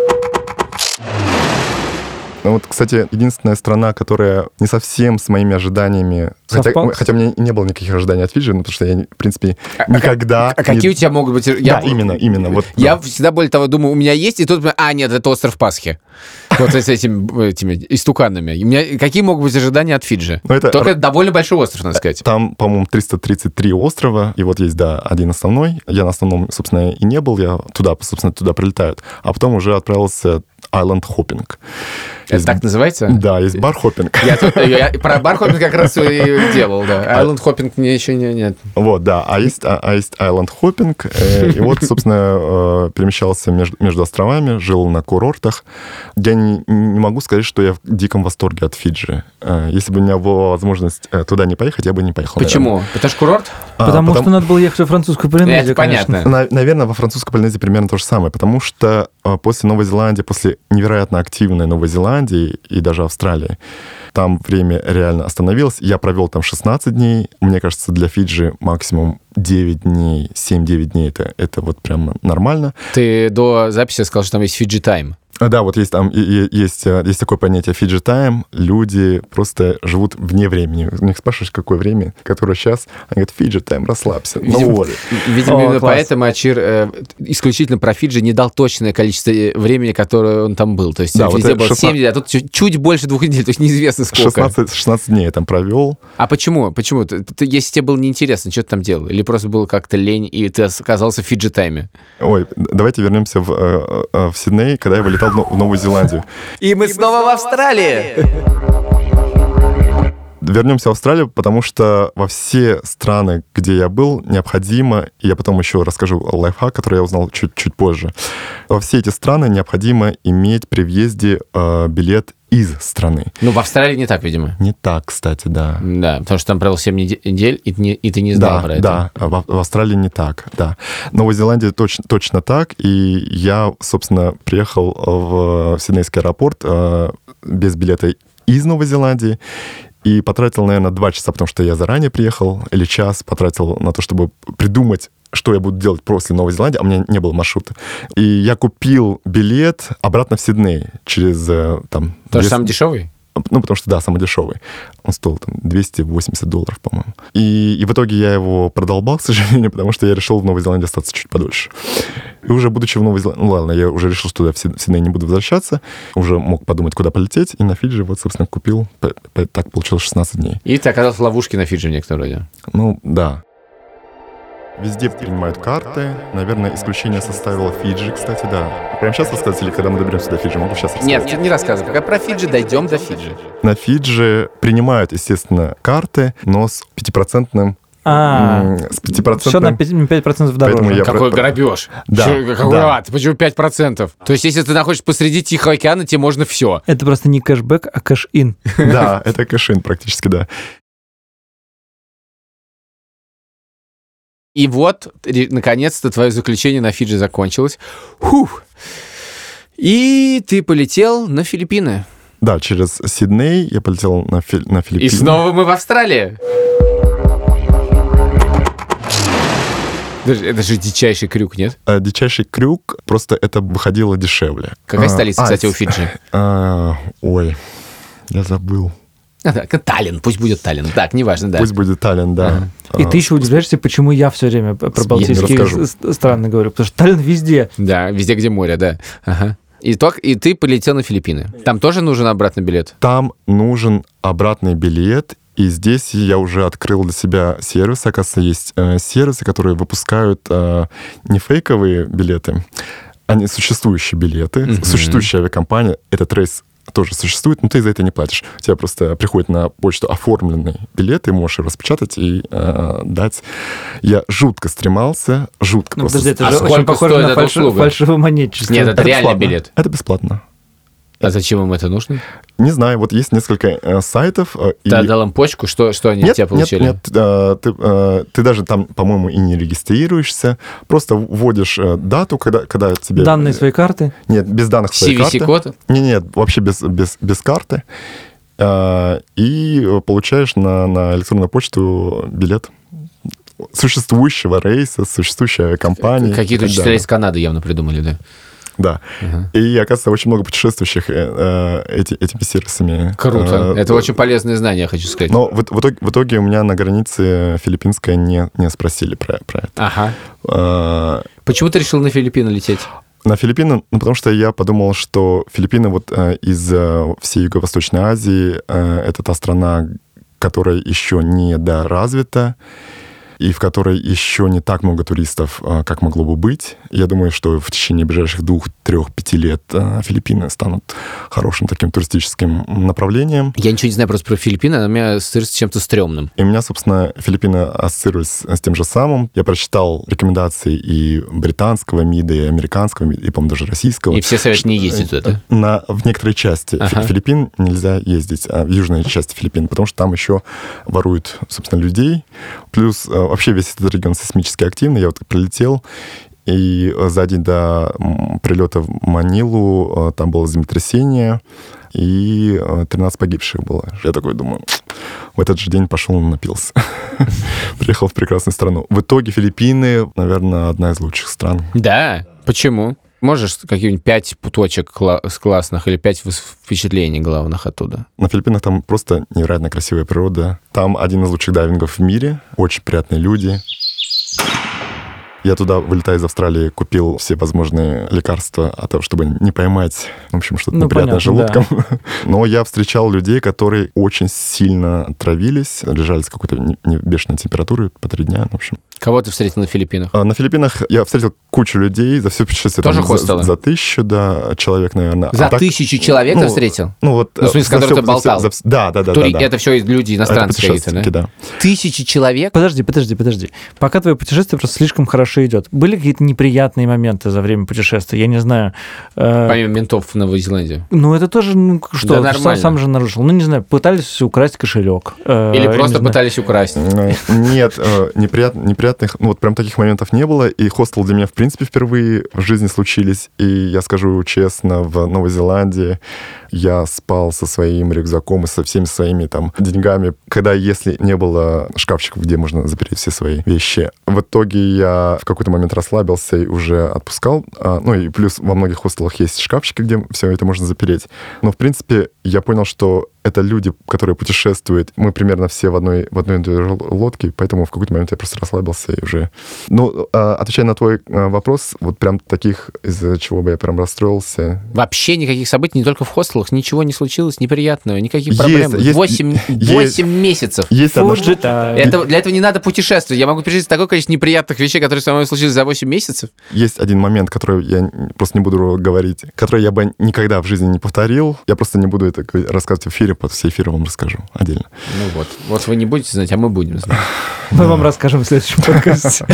Ну вот, кстати, единственная страна, которая не совсем с моими ожиданиями... Хотя, хотя у меня не было никаких ожиданий от Фиджи, ну, потому что я, в принципе, никогда... А, а какие не... у тебя могут быть... Да, я... именно, именно. Вот, я да. всегда, более того, думаю, у меня есть, и тут... А, нет, это остров Пасхи. Вот с этими, этими истуканами. У меня какие могут быть ожидания от Фиджи? Ну, это... Только это довольно большой остров, надо сказать. Там, по-моему, триста тридцать три острова, и вот есть, да, один основной. Я на основном, собственно, и не был, я туда, собственно, туда прилетают. А потом уже отправился Island Hopping. Это есть, так называется? Да, есть бар-хоппинг. Я, тут, я про бар-хоппинг как раз и делал, да. Island Hopping мне еще не, нет. Вот, да. А есть, а, а есть Island Hopping. Э, и вот, собственно, э, перемещался между, между островами, жил на курортах. Я не, не могу сказать, что я в диком восторге от Фиджи. Э, если бы у меня была возможность туда не поехать, я бы не поехал. Почему? Наверное. Потому что курорт? А, потому, потому что надо было ехать во французскую Полинезию, это понятно. На, наверное, во французской Полинезии примерно то же самое, потому что э, после Новой Зеландии, после невероятно активной Новой Зеландии и даже Австралии, там время реально остановилось. Я провел там шестнадцать дней. Мне кажется, для Фиджи максимум девять дней, семь-девять дней это, это вот прям нормально. Ты до записи сказал, что там есть Фиджи Тайм. Да, вот есть там есть, есть такое понятие Фиджи Тайм. Люди просто живут вне времени. У них спрашиваешь, какое время, которое сейчас. Они говорят, Фиджи Тайм, расслабься. Видимо, видимо именно поэтому Ачир э, исключительно про Фиджи не дал точное количество времени, которое он там был. То есть да, везде вот было шестнадцать... семь недель, а тут чуть, чуть больше двух недель. То есть неизвестно сколько. шестнадцать, шестнадцать дней я там провел. А почему? Почему? Ты, ты, если тебе было неинтересно, что ты там делал? Или просто было как-то лень, и ты оказался в Фиджи Тайме? Ой, давайте вернемся в, в Сидней, когда я вылетал в Новую Зеландию. И мы снова в Австралии! Вернемся в Австралию, потому что во все страны, где я был, необходимо, и я потом еще расскажу лайфхак, который я узнал чуть-чуть позже, во все эти страны необходимо иметь при въезде э, билет из страны. Ну, в Австралии не так, видимо. Не так, кстати, да. Да, потому что там провел семь недель, и ты не, и ты не знал да, про это. Да, в, в Австралии не так, да. В Новой Зеландии точно, точно так, и я, собственно, приехал в Сиднейский аэропорт э, без билета из Новой Зеландии, и потратил, наверное, два часа, потому что я заранее приехал, или час потратил на то, чтобы придумать, что я буду делать после Новой Зеландии, а у меня не было маршрута. И я купил билет обратно в Сидней через... там. Тоже самый дешевый? Ну, потому что, да, самый дешевый. Он стоил там двести восемьдесят долларов, по-моему. И, и в итоге я его продолбал, к сожалению, потому что я решил в Новой Зеландии остаться чуть подольше. И уже будучи в Новой Зеландии... Ну, ладно, я уже решил, что туда в Сидней не буду возвращаться. Уже мог подумать, куда полететь. И на Фиджи вот, собственно, купил. Так получилось шестнадцать дней. И ты оказался в ловушке на Фиджи в некотором роде. Ну, да. Везде принимают карты. Наверное, исключение составило Фиджи, кстати, да. Прямо сейчас рассказать, или когда мы доберемся до Фиджи? Могу сейчас рассказать? Нет, не рассказывай. Пока про Фиджи дойдем до Фиджи. На Фиджи принимают, естественно, карты, но с пятипроцентным... А, с пятипроцентным... все на пять процентов дороже. Я Какой про... грабеж? Да, Чё, какой да. ад? Почему пять процентов? То есть, если ты находишься посреди Тихого океана, тебе можно все. Это просто не кэшбэк, а кэш-ин. Да, это кэш-ин практически, да. И вот, наконец-то, твое заключение на Фиджи закончилось. Фух. И ты полетел на Филиппины. Да, через Сидней я полетел на, Фи... на Филиппины. И снова мы в Австралии. Это же дичайший крюк, нет? А, дичайший крюк, просто это выходило дешевле. Какая а, столица, а, кстати, у Фиджи? А, ой, я забыл. А, так, Таллин, пусть будет Таллин. Так, неважно, да. Пусть будет Таллин, да. И ты еще удивляешься, почему я все время про балтийские страны говорю. Потому что Таллин везде. Да, везде, где море, да. Ага. Итог, и ты полетел на Филиппины. Там тоже нужен обратный билет? Там нужен обратный билет, и здесь я уже открыл для себя сервис. Оказывается, есть э, сервисы, которые выпускают э, не фейковые билеты, а не существующие билеты. Mm-hmm. Существующая авиакомпания, этот рейс тоже существует, но ты за это не платишь. У тебя просто приходит на почту оформленный билет, ты можешь его распечатать и э, дать. Я жутко стремался, жутко Ну, просто... подожди, это А же сколько очень похоже стоит на эта фальши... услуга? фальшивомонетчество. Нет, это реальный бесплатно. билет. Это бесплатно. А зачем им это нужно? Не знаю, вот есть несколько э, сайтов. Э, Ты и... отдал им почку, что, что они нет, от тебя получили? Нет, нет, э, ты, э, ты даже там, по-моему, и не регистрируешься. Просто вводишь э, дату, когда, когда тебе... Данные своей карты? Нет, без данных своей си ви карты. си-код? Нет, нет, вообще без, без, без карты. Э, и получаешь на, на электронную почту билет существующего рейса, существующей авиакомпании. Какие-то учителя из Канады явно придумали, да? Да. Uh-huh. И, оказывается, очень много путешествующих э, эти, этими сервисами. Круто. Э, Это э, очень полезное знание, я хочу сказать. Но в, в, итоге, в итоге у меня на границе филиппинской не, не спросили про, про это. Ага. Э, Почему ты решил на Филиппины лететь? На Филиппины, ну, потому что я подумал, что Филиппины вот э, из э, всей Юго-Восточной Азии э, это та страна, которая еще не доразвита, и в которой еще не так много туристов, как могло бы быть. Я думаю, что в течение ближайших двух, трех, пяти лет Филиппины станут хорошим таким туристическим направлением. Я ничего не знаю просто про Филиппины, она у меня ассоциируется с чем-то стрёмным. И у меня, собственно, Филиппины ассоциировались с тем же самым. Я прочитал рекомендации и британского МИДа, и американского МИДа, и, по-моему, даже российского. И все советуют не ездить туда? На, в некоторые части ага. Филиппин нельзя ездить, а в южной части Филиппин, потому что там еще воруют, собственно, людей. Плюс вообще весь этот регион сейсмически активный. Я вот прилетел, и за день до прилета в Манилу там было землетрясение, и тринадцать погибших было. Я такой думаю, в этот же день пошел и напился. Приехал в прекрасную страну. В итоге Филиппины, наверное, одна из лучших стран. Да? Почему? Можешь какие-нибудь пять точек классных или пять впечатлений главных оттуда? На Филиппинах там просто невероятно красивая природа. Там один из лучших дайвингов в мире. Очень приятные люди. Я туда, вылетая из Австралии, купил все возможные лекарства от того, чтобы не поймать, в общем, что-то ну, неприятное понятно, желудком. Да. Но я встречал людей, которые очень сильно отравились, лежали с какой-то бешеной температурой по три дня, в общем. Кого ты встретил на Филиппинах? А, На Филиппинах я встретил кучу людей за все путешествие. Тоже там, хостелы? За, за тысячу, да, человек, наверное. За А так- тысячу человек ты ну, встретил? Ну, вот, Ну, в смысле, с за которых всё- ты за всё- болтал? за вс- Да, да, да. Тури- да, да. Это все люди Это иностранцы какие-то, путешественники, да? да. Тысячи человек? Подожди, подожди, подожди. Пока твое путешествие просто слишком хорошо идет. Были какие-то неприятные моменты за время путешествия? Я не знаю. э, Помимо ментов в Новой Зеландии. Ну, это тоже, ну, что, Да ты сам, нормально. сам же нарушил. Ну, не знаю, пытались украсть кошелек. э, Или я не просто знаю. пытались украсть? Э, Нет, э, неприят- неприятных, ну вот прям таких моментов не было. И хостел для меня, в принципе, впервые в жизни случились. И я скажу честно, в Новой Зеландии я спал со своим рюкзаком и со всеми своими там деньгами, когда, если не было шкафчиков, где можно запереть все свои вещи. В итоге я в какой-то момент расслабился и уже отпускал. А, Ну и плюс во многих хостелах есть шкафчики, где все это можно запереть. Но, в принципе, я понял, что это люди, которые путешествуют. Мы примерно все в одной, в одной и той же лодке, поэтому в какой-то момент я просто расслабился и уже... Ну, а, отвечая на твой а, вопрос, вот прям таких, из-за чего бы я прям расстроился... Вообще никаких событий, не только в хостелах, ничего не случилось неприятного, никаких Есть, проблем. есть, Восемь есть. восемь месяцев. Есть одна... Фуджи тайм. Это, для этого не надо путешествовать. Я могу перечислить такое количество неприятных вещей, которые со мной случились за восемь месяцев. Есть один момент, который я просто не буду говорить, который я бы никогда в жизни не повторил. Я просто не буду это говорить- рассказывать в эфире, под все эфиры вам расскажу отдельно. Ну вот. Вот вы не будете знать, а мы будем знать. Мы вам расскажем в следующем подкасте.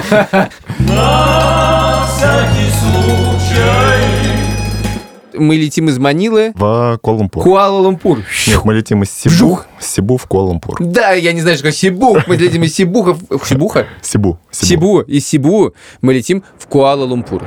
На всякий случай. Мы летим из Манилы В в Куала-Лумпур. Куала-Лумпур. Нет, мы летим из Сибу, Вжух. Сибу в Куала-Лумпур. Да, я не знаю, что такое Сибух. Мы летим из Сибуха. в- Сибуха? Сибу. Сибу. Из Сибу мы летим в Куала-Лумпур.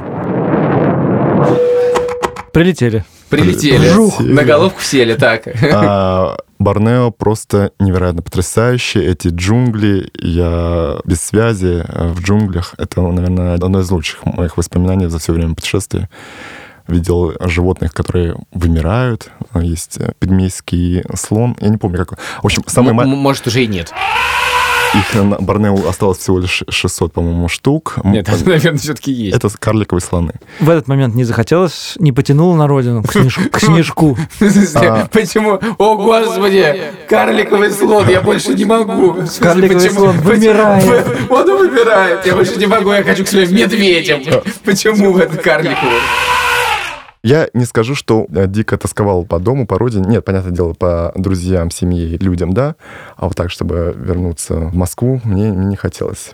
Прилетели. Прилетели. Вжух. На головку сели, так. А, Борнео просто невероятно потрясающе. Эти джунгли, я без связи э, в джунглях. Это, наверное, одно из лучших моих воспоминаний за все время путешествия. Видел животных, которые вымирают. Есть э, пигмейский слон. Я не помню, какой. В общем, самый М- ма- м- Может, уже и нет. их на Борнео осталось всего лишь шестьсот, по-моему, штук. М, Нет, это, наверное, все-таки есть. Это карликовые слоны. В этот момент не захотелось, не потянуло на родину к, снеж- к снежку. В смысле, почему? О, Господи, карликовый слон, я больше не могу. В смысле, Карликовый почему? слон вымирает. Почему? Он вымирает. Я больше не могу, я хочу к своим медведям. Почему это карликовый? Я не скажу, что э, дико тосковал по дому, по родине. Нет, понятное дело, по друзьям, семье, людям, да. А вот так, чтобы вернуться в Москву, мне не хотелось.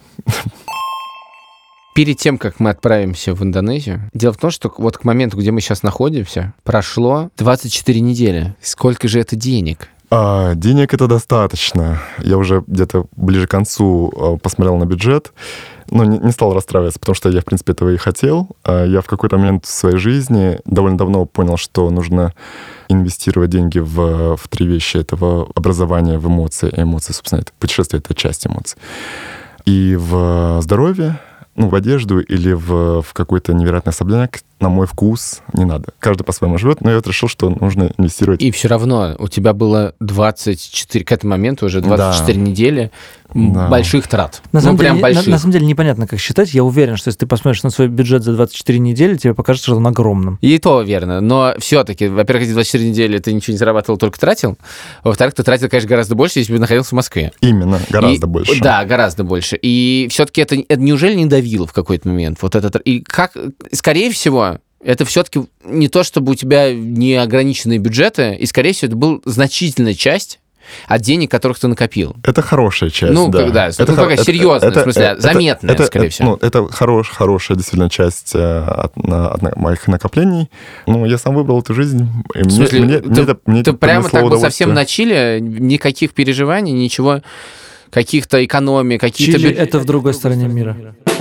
Перед тем, как мы отправимся в Индонезию, дело в том, что вот к моменту, где мы сейчас находимся, прошло двадцать четыре недели. Сколько же это денег? А, денег это достаточно. Я уже где-то ближе к концу э, посмотрел на бюджет, но не, не стал расстраиваться, потому что я, в принципе, этого и хотел. А я в какой-то момент в своей жизни довольно давно понял, что нужно инвестировать деньги в, в три вещи. Это в образование, в эмоции. Эмоции, собственно, это путешествие — это часть эмоций. И в здоровье, ну, в одежду или в, в какой-то невероятный особняк, на мой вкус, не надо. Каждый по-своему живет, но я вот решил, что нужно инвестировать. И все равно у тебя было двадцать четыре, к этому моменту уже двадцать четыре Да. недели м, Да. больших трат. На ну, самом, прям деле, на- больших. на самом деле непонятно, как считать. Я уверен, что если ты посмотришь на свой бюджет за двадцать четыре недели, тебе покажется, что он огромным. И то верно, но все-таки, во-первых, эти двадцать четыре недели ты ничего не зарабатывал, только тратил. Во-вторых, ты тратил, конечно, гораздо больше, если бы находился в Москве. Именно, гораздо И- больше. Да, гораздо больше. И все-таки это, это неужели не давило в какой-то момент? Вот этот, и как, скорее всего, это все-таки не то, чтобы у тебя неограниченные бюджеты, и, скорее всего, это была значительная часть от денег, которых ты накопил. Это хорошая часть, Ну, да. когда- это ну, хоро- какая серьезная, в смысле, заметная, скорее всего. Ну, это хорош, хорошая действительно часть э, от, на- от на- моих накоплений. Ну, я сам выбрал эту жизнь. И В мне, смысле, мне, ты, мне это, мне ты это прямо принесло так вот совсем удовольствие. на Чили, никаких переживаний, ничего, каких-то экономий, какие-то... Чили — бю- это в другой стороне мира.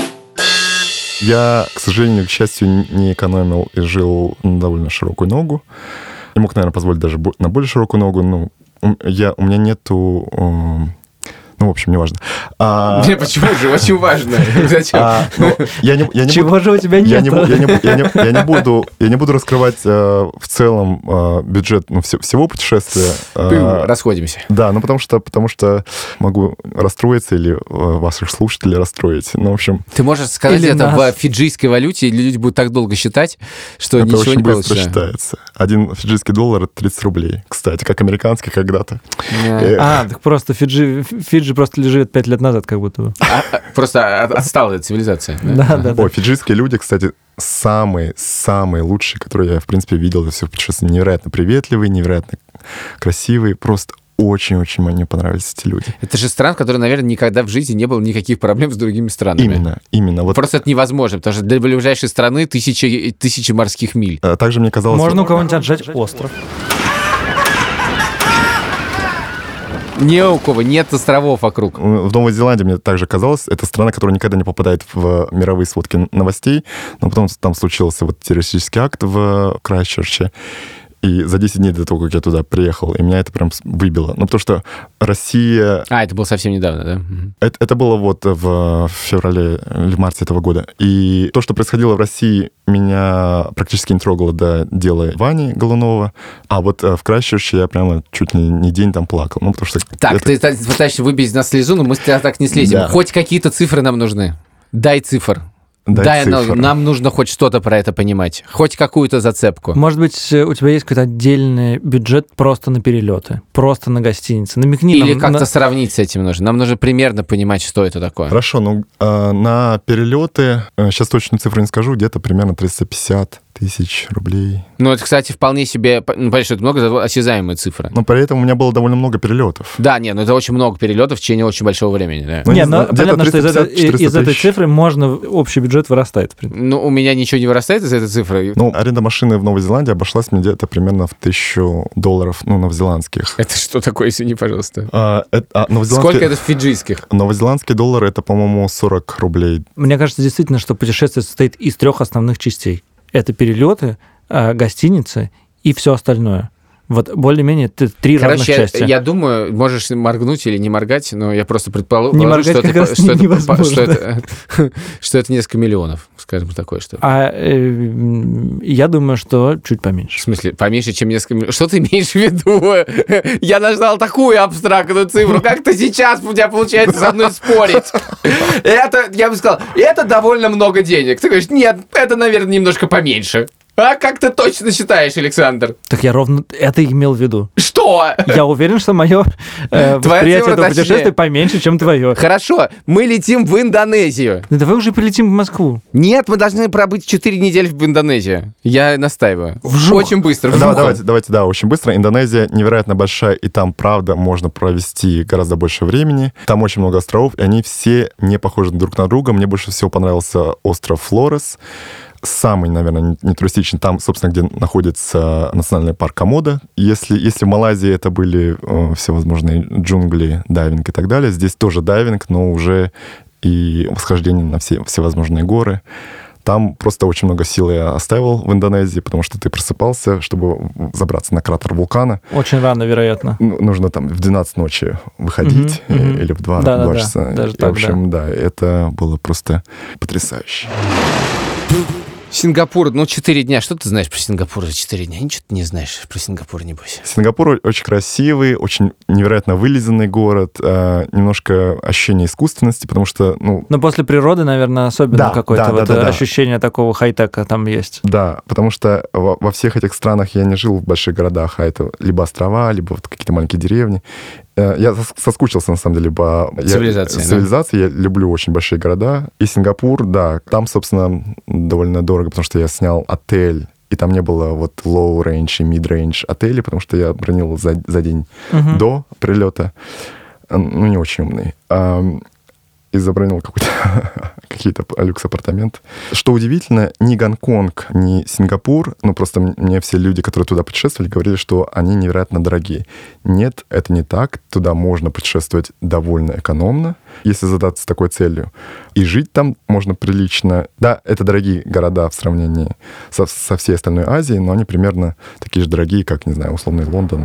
Я, к сожалению, к счастью, не экономил и жил на довольно широкую ногу. Я мог, наверное, позволить даже бо- на более широкую ногу. Ну, у- я, у меня нету... эм, Ну, в общем, неважно. А, Не, почему же? Очень важно. Зачем? а, ну, я не, я не буду- Чего же у тебя Я нет? не, бу- я, не, бу- я, не, я не буду, я не буду раскрывать э, в целом э, бюджет ну, все- всего путешествия. Пым, Э, Расходимся. да, ну потому что, потому что могу расстроиться или э, ваших слушателей расстроить. Ну, в общем, Ты можешь сказать Или это нас. в фиджийской валюте, и люди будут так долго считать, что это ничего очень не быстро получится. считается. один фиджийский доллар — это тридцать рублей, кстати, как американский когда-то. Э, А, так просто Фиджи, Фиджи просто лежит пять лет назад, как будто бы. А, а, Просто от- отсталая цивилизация. да? Да, да, да. Ой, фиджийские люди, кстати, самые-самые лучшие, которые я, в принципе, видел за все путешествие. Невероятно приветливые, невероятно красивые, просто очень-очень мне понравились эти люди. Это же стран, в которой, наверное, никогда в жизни не было никаких проблем с другими странами. Именно, именно. Вот Просто это невозможно, потому что для ближайшей страны тысячи, тысячи морских миль. а, также мне казалось... Можно у кого-нибудь отжать остров. Ни у кого нет островов вокруг. В Новой Зеландии мне также казалось, это страна, которая никогда не попадает в мировые сводки новостей, но потом там случился вот террористический акт в Крайстчерче, и за десять дней до того, как я туда приехал, и меня это прям выбило. Ну, потому что Россия... А, это было совсем недавно, да? Мгм. Это, это было вот в феврале или в марте этого года. И то, что происходило в России, меня практически не трогало до дела Вани Голунова. А вот э, в Крайстчерче я прямо чуть ли не день там плакал. Ну, потому что... Так, это- ты та- пытаешься выбить из нас слезу, но мы с тебя так не слезем. Да. Хоть какие-то цифры нам нужны. Дай цифр. Дай нам- цифр. Нам нужно хоть что-то про это понимать. Хоть какую-то зацепку. Может быть, у тебя есть какой-то отдельный бюджет просто на перелеты, просто на гостиницы. Намекни Или нам как-то на- сравнить с этим нужно. Нам нужно примерно понимать, что это такое. Хорошо, ну, э, на перелеты, э, сейчас точную цифру не скажу, где-то примерно триста пятьдесят тысяч рублей. Ну, это, кстати, вполне себе... Ну, понимаешь, что это много, зато осязаемые цифры. Но при этом у меня было довольно много перелетов. Да, нет, ну это очень много перелетов в течение очень большого времени, да. Ну, Не, не ну знаю, где-то понятно, что из, триста этой- пятьдесят - из четыреста этой тысяч. цифры можно общий бюджет вырастает. в принципе. Ну, у меня ничего не вырастает из этой цифры. Ну, аренда машины в Новой Зеландии обошлась мне где-то примерно в тысячу долларов, ну, новозеландских. Это что такое, извини, пожалуйста? А, это, а, новозеландский- Сколько это в фиджийских? Новозеландский доллар — это, по-моему, сорок рублей. Мне кажется, действительно, что путешествие состоит из трех основных частей. Это перелеты, а, гостиницы и все остальное. Вот более-менее это три разных Короче, части. я думаю, можешь моргнуть или не моргать, но я просто предположу, Не моргать что, как это, раз что, это, невозможно. что, это, что это несколько миллионов, скажем, такое что. А э, м, я думаю, что чуть В поменьше. смысле, поменьше, чем несколько миллионов? Что ты имеешь в виду? Я нажал такую абстрактную цифру. Как ты сейчас у тебя получается со мной спорить? Это, я бы сказал, это довольно много денег. Ты говоришь, нет, это, наверное, немножко поменьше. А как ты точно считаешь, Александр? Так я ровно это и имел в виду. Что? Я уверен, что мое Твоя восприятие цифра этого точнее. путешествия поменьше, чем твое. Хорошо, мы летим в Индонезию. Ну, давай уже полетим в Москву. Нет, мы должны пробыть четыре недели в Индонезии. Я настаиваю. Вжух. Очень быстро. Да, вжух. давайте, давайте, да, очень быстро. Индонезия невероятно большая, и там, правда, можно провести гораздо больше времени. Там очень много островов, и они все не похожи друг на друга. Мне больше всего понравился остров Флорес. Самый, наверное, не туристичный. Там, собственно, где находится национальный парк Комодо. Если, если в Малайзии это были э, всевозможные джунгли, дайвинг и так далее, здесь тоже дайвинг, но уже и восхождение на все всевозможные горы. Там просто очень много сил я оставил в Индонезии, потому что ты просыпался, чтобы забраться на кратер вулкана. Очень рано, вероятно. Ну, нужно там в двенадцать ночи выходить, Мгм, мгм. э, или в два, Да, да, два да, часа. даже И, так, в общем, да. это было просто потрясающе. Сингапур, ну, четыре дня. Что ты знаешь про Сингапур за четыре дня? Ничего ты не знаешь про Сингапур, небось. Сингапур очень красивый, очень невероятно вылизанный город, э, немножко ощущение искусственности, потому что, ну, Но после природы, наверное, особенно Да, какое-то да, вот да, да, да. ощущение такого хай-тека там есть. да, потому что во, во всех этих странах я не жил в больших городах, а это либо острова, либо вот какие-то маленькие деревни. Э, Я сос- соскучился, на самом деле, по я- Цивилизации, да? цивилизации. Я люблю очень большие города. И Сингапур, да, там, собственно, довольно дорого, потому что я снял отель, и там не было вот low-range и mid-range отелей, потому что я бронил за, за день Мгм. до прилета. Ну, не очень умный. Ам, И забронил какой-то какие-то люкс-апартаменты. Что удивительно, ни Гонконг, ни Сингапур, ну, просто м- мне все люди, которые туда путешествовали, говорили, что они невероятно дорогие. Нет, это не так. Туда можно путешествовать довольно экономно, если задаться такой целью. И жить там можно прилично. Да, это дорогие города в сравнении со, со всей остальной Азией, но они примерно такие же дорогие, как, не знаю, условный Лондон.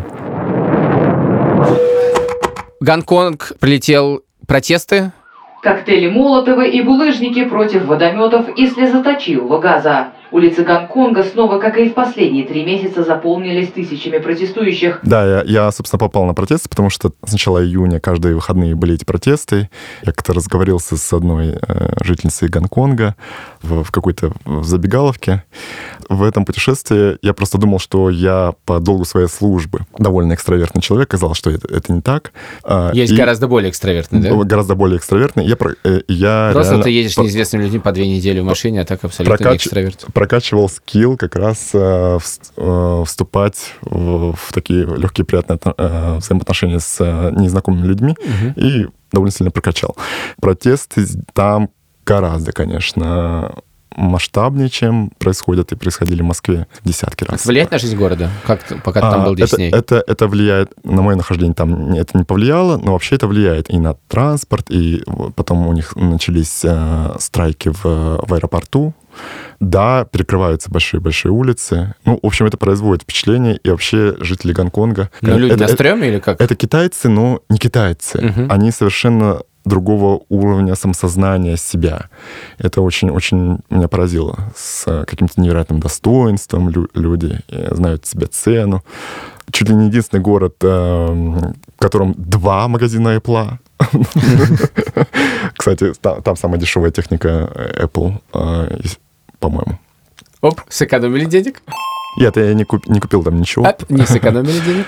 Гонконг прилетел протесты. Коктейли Молотова и булыжники против водометов и слезоточивого газа. Улицы Гонконга снова, как и в последние три месяца, заполнились тысячами протестующих. Да, я, я, собственно, попал на протесты, потому что с начала июня каждые выходные были эти протесты. Я как-то разговорился с одной э, жительницей Гонконга в, в какой-то в забегаловке. В этом путешествии я просто думал, что я по долгу своей службы довольно экстравертный человек. Оказалось, что это, это не так. Есть и гораздо более экстравертный, да? Гораздо более экстравертный. Я, я просто ты едешь с неизвестными людьми по две недели в машине, а так абсолютно прокач... не экстраверт. Прокачивал скилл как раз э, э, вступать в, в такие легкие, приятные э, взаимоотношения с э, незнакомыми людьми. Угу. И довольно сильно прокачал. Протесты там гораздо, конечно, масштабнее, чем происходят и происходили в Москве десятки раз. Это влияет на жизнь города, как, пока ты там был десять это, дней? Это, это влияет, на мое нахождение там это не повлияло, но вообще это влияет и на транспорт, и потом у них начались э, страйки в, в аэропорту. Да, перекрываются большие-большие улицы. Ну, в общем, это производит впечатление, и вообще жители Гонконга... Ну, люди это, на стреме или как? Это китайцы, но не китайцы. Угу. Они совершенно другого уровня самосознания себя. Это очень-очень меня поразило. С каким-то невероятным достоинством лю- люди знают себе цену. Чуть ли не единственный город, в котором два магазина Apple. Кстати, там самая дешевая техника Apple, по-моему. Оп, сэкономили денег? Нет, я не, куп, не купил там ничего. Оп, не сэкономили денег?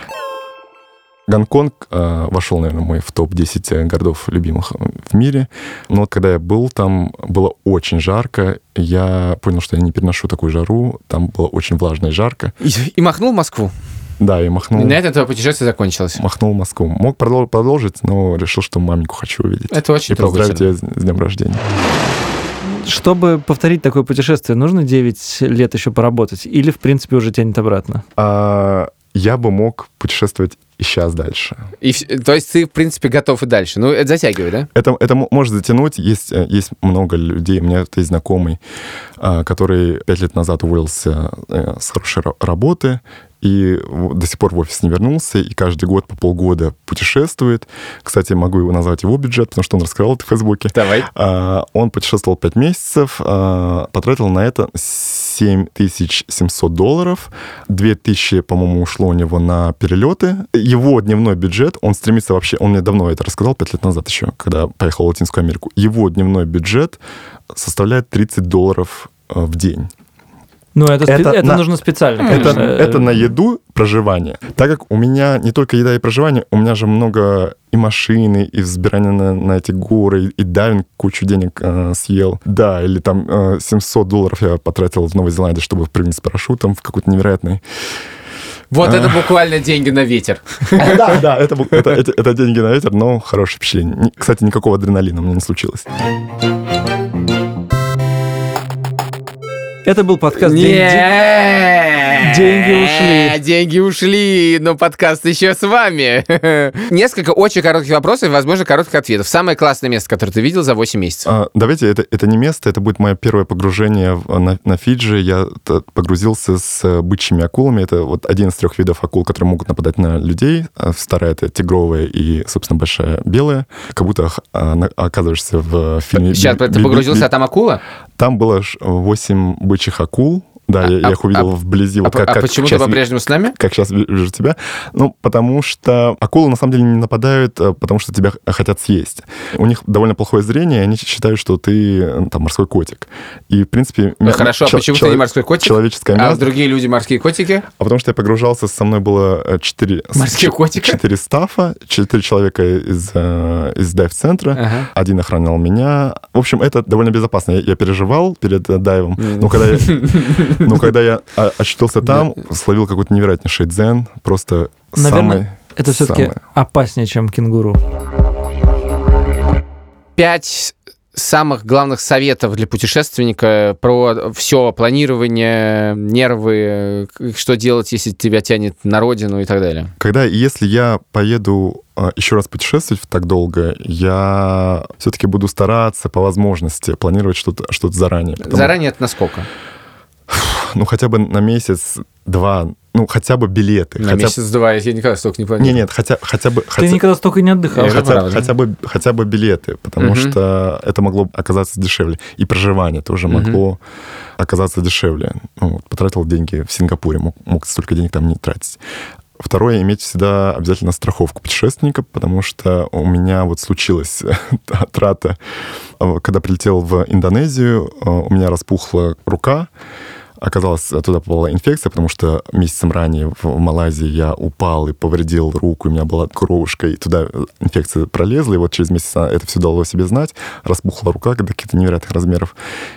Гонконг э, вошел, наверное, мой в топ десять городов любимых в мире. Но вот когда я был там, было очень жарко. Я понял, что я не переношу такую жару. Там было очень влажно и жарко. И, и махнул в Москву? Да, и махнул. И на этом твое путешествие закончилось? Махнул в Москву. Мог продолжить, но решил, что маменьку хочу увидеть. Это очень и поздравить ее с днем рождения. Чтобы повторить такое путешествие, нужно девять лет еще поработать? Или, в принципе, уже тянет обратно? А, я бы мог путешествовать и сейчас дальше. И, то есть ты, в принципе, готов и дальше. Ну, это затягивает, да? Это, это может затянуть. Есть, есть много людей. У меня есть знакомый, который пять лет назад уволился с хорошей работы и до сих пор в офис не вернулся, и каждый год по полгода путешествует. Кстати, могу его назвать его бюджет, потому что он рассказал это в Фейсбуке. Давай. Он путешествовал пять месяцев, потратил на это семь тысяч семьсот долларов. две тысячи, по-моему, ушло у него на перелеты. Его дневной бюджет, он стремится вообще... Он мне давно это рассказал, пять лет назад еще, когда поехал в Латинскую Америку. Его дневной бюджет составляет тридцать долларов в день. Ну, это, это, это на, нужно специально, конечно. Это, это на еду, проживание. Так как у меня не только еда и проживание, у меня же много и машины, и взбирания на, на эти горы, и дайвинг кучу денег э, съел. Да, или там э, семьсот долларов я потратил в Новой Зеландии, чтобы прыгнуть с парашютом в какой-то невероятный... Вот это буквально деньги на ветер. Да, да, это, это, это, это деньги на ветер, но хорошее впечатление. Кстати, никакого адреналина у меня не случилось. Это был подкаст «Деньги, деньги ушли». Деньги ушли, но подкаст еще с вами. Несколько очень коротких вопросов и, возможно, коротких ответов. Самое классное место, которое ты видел за восемь месяцев? А, давайте, это, это не место, это будет мое первое погружение в, на, на Фиджи. Я погрузился с бычьими акулами. Это вот один из трех видов акул, которые могут нападать на людей. Старая — это тигровая и, собственно, большая белая. Как будто а, оказываешься в фильме... Сейчас, ты погрузился, а там акула? Там было восемь бычьих акул. Да, а, я, я их увидел а, вблизи. Вот а, как, а как почему сейчас, ты по-прежнему с нами? Как сейчас вижу тебя. Ну, потому что акулы на самом деле не нападают, потому что тебя хотят съесть. У них довольно плохое зрение, и они считают, что ты там морской котик. И, в принципе... Ну, хорошо, а почему ты не морской котик? Человеческое мясо. А другие люди морские котики? А потому что я погружался, со мной было четыре... Морские котики? Четыре стафа, четыре человека из, из дайв-центра. Ага. Один охранял меня. В общем, это довольно безопасно. Я, я переживал перед дайвом, mm. но когда я... Но когда я очутился там, да. словил какой-то невероятнейший дзен, просто Наверное, самый... это все-таки самый... опаснее, чем кенгуру. Пять самых главных советов для путешественника про все, планирование, нервы, что делать, если тебя тянет на родину и так далее. Когда, если я поеду еще раз путешествовать так долго, я все-таки буду стараться по возможности планировать что-то, что-то заранее. Потому... Заранее это насколько? Ну, хотя бы на месяц, два, ну, хотя бы билеты. На хотя... месяц-два я никогда столько не планировал. Не, нет, хотя, хотя бы... Ты хотя... никогда столько не отдыхал. Это Хотя, правда. хотя, бы, хотя бы билеты, потому Мгм. что это могло оказаться дешевле. И проживание тоже Мгм. могло оказаться дешевле. Ну, вот, потратил деньги в Сингапуре, мог, мог столько денег там не тратить. Второе, иметь всегда обязательно страховку путешественника, потому что у меня вот случилась трата. Когда прилетел в Индонезию, у меня распухла рука. Оказалось, туда попала инфекция, потому что месяцем ранее в Малайзии я упал и повредил руку, у меня была кровушка, и туда инфекция пролезла, и вот через месяц это все дало о себе знать, распухла рука до каких-то невероятных размеров.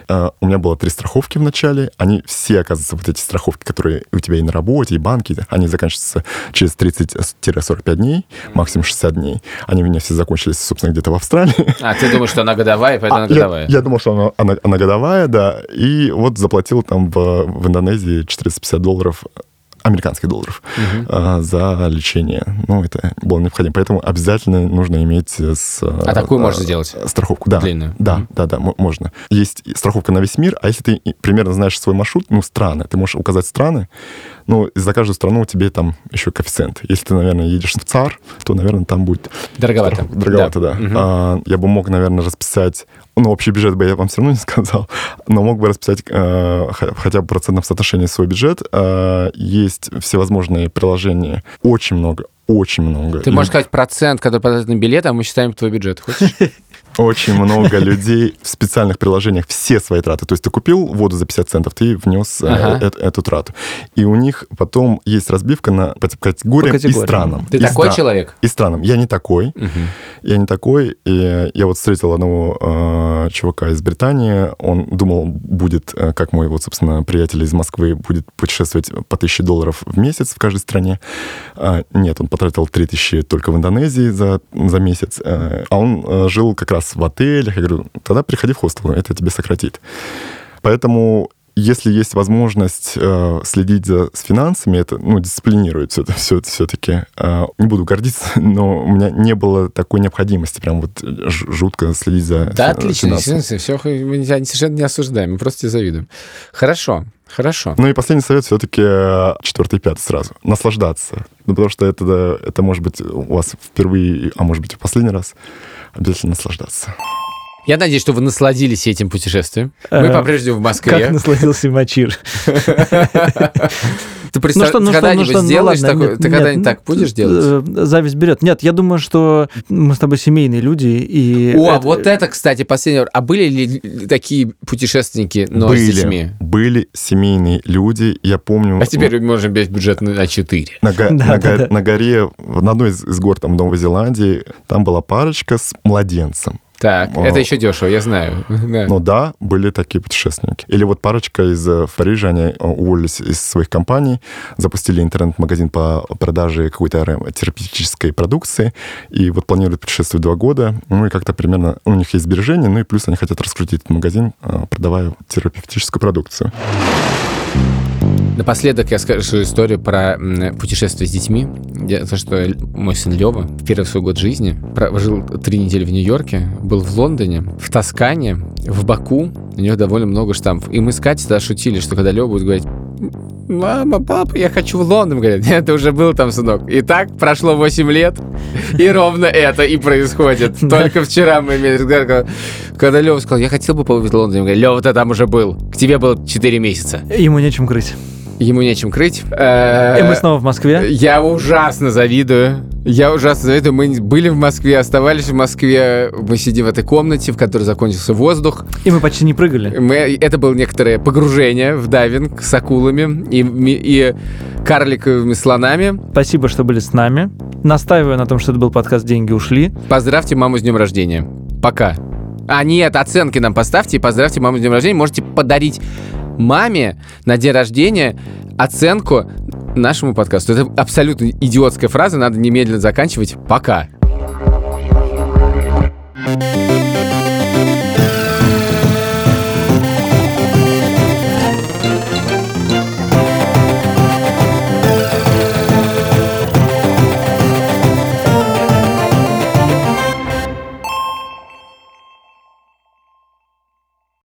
У меня было три страховки в начале, они все, оказывается, вот эти страховки, которые у тебя и на работе, и банки, они заканчиваются через тридцать-сорок пять дней, максимум шестьдесят дней. Они у меня все закончились, собственно, где-то в Австралии. А, ты думаешь, что она годовая, поэтому А, она годовая? Я, я думал, что она, она, она годовая, да, и вот заплатил там в в Индонезии четыреста пятьдесят долларов, американских долларов, Мгм. а, за лечение. Ну, это было необходимо. Поэтому обязательно нужно иметь с... А такую можно сделать? Страховку, да. Длинную? Да, Мгм. да, да, м- можно. Есть и страховка на весь мир, а если ты и примерно знаешь свой маршрут, ну, страны, ты можешь указать страны, ну, и за каждую страну у тебя там еще коэффициент. Если ты, наверное, едешь в ЦАР, то, наверное, там будет... Дороговато. страховка. Дороговато, да. Мгм. А, я бы мог, наверное, расписать... Ну, общий бюджет бы я вам все равно не сказал, но мог бы расписать э, х- хотя бы в процентном соотношении свой бюджет. Э, есть всевозможные приложения. Очень много, очень много. Ты можешь сказать процент, который потратит на билет, а мы считаем твой бюджет. Хочешь? Очень много людей в специальных приложениях все свои траты. То есть ты купил воду за пятьдесят центов, ты внес э, Ага. э- эту трату. И у них потом есть разбивка на, по категориям По и категориям. странам. Ты И такой стра- человек? И странам. Я не такой. Мгм. Я не такой. И я вот встретил одного э, чувака из Британии. Он думал, будет, э, как мой, вот, собственно, приятель из Москвы, будет путешествовать по тысяче долларов в месяц в каждой стране. А, нет, он потратил три тысячи только в Индонезии за, за месяц. Э, а он э, жил как раз в отелях. Я говорю, тогда приходи в хостел, это тебе сократит. Поэтому... Если есть возможность э, следить за с финансами, это ну, дисциплинирует все, все, все-таки. Э, не буду гордиться, но у меня не было такой необходимости прям вот ж- жутко следить за Да, фи- отлично. финансами. Все, мы тебя совершенно не осуждаем, мы просто тебе завидуем. Хорошо, хорошо. Ну и последний совет все-таки э, четвертый и пятый сразу. Наслаждаться. Ну, потому что это, да, это может быть у вас впервые, а может быть в последний раз. Обязательно наслаждаться. Я надеюсь, что вы насладились этим путешествием. Мы Э, по-прежнему в Как Москве. насладился Мачир. Ты представляешь, ты когда-нибудь сделаешь такое? Ты когда-нибудь так будешь делать? Зависть берет. Нет, я думаю, что мы с тобой семейные люди. И О, это- вот это, кстати, последний. А были ли такие путешественники, но с были, детьми? были семейные люди. Я помню... А теперь мы можем взять бюджет на четыре. На, го- Да, на да, го- да. на горе, на одной из, из гор там, Новой Зеландии, там была парочка с младенцем. Так, О. это еще дешево, я знаю. Да. Ну да, были такие путешественники. Или вот парочка из э, Парижа, они э, уволились из своих компаний, запустили интернет-магазин по продаже какой-то ароматерапевтической продукции, и вот планируют путешествовать два года. Ну и как-то примерно у них есть сбережения, ну и плюс они хотят раскрутить этот магазин, э, продавая терапевтическую продукцию. Напоследок я скажу историю про м, путешествие с детьми. Я- То, что мой сын Лева в первый свой год жизни прожил три недели в Нью-Йорке, был в Лондоне, в Тоскане, в Баку. У него довольно много штампов. И мы с Катей тогда шутили, что когда Лева будет говорить: «Мама, папа, я хочу в Лондон», говорят, нет, ты уже был там, сынок. И так прошло восемь лет, и ровно это и происходит. Только вчера мы имели разговор, когда- когда Лева сказал: я хотел бы побыть в Лондоне. Говорят: Лева, ты там уже был. К тебе было четыре месяца. Ему нечем крыть. Ему нечем крыть. И мы снова в Москве. Я ужасно завидую. Я ужасно завидую. Мы были в Москве, оставались в Москве. Мы сидим в этой комнате, в которой закончился воздух. И мы почти не прыгали. Мы, это было некоторое погружение в дайвинг с акулами и, ми- и карликовыми слонами. Спасибо, что были с нами. Настаиваю на том, что это был подкаст «Деньги ушли». Поздравьте маму с днем рождения. Пока. А, нет, оценки нам поставьте и поздравьте маму с днем рождения. Можете подарить маме на день рождения оценку нашему подкасту. Это абсолютно идиотская фраза, надо немедленно заканчивать. Пока.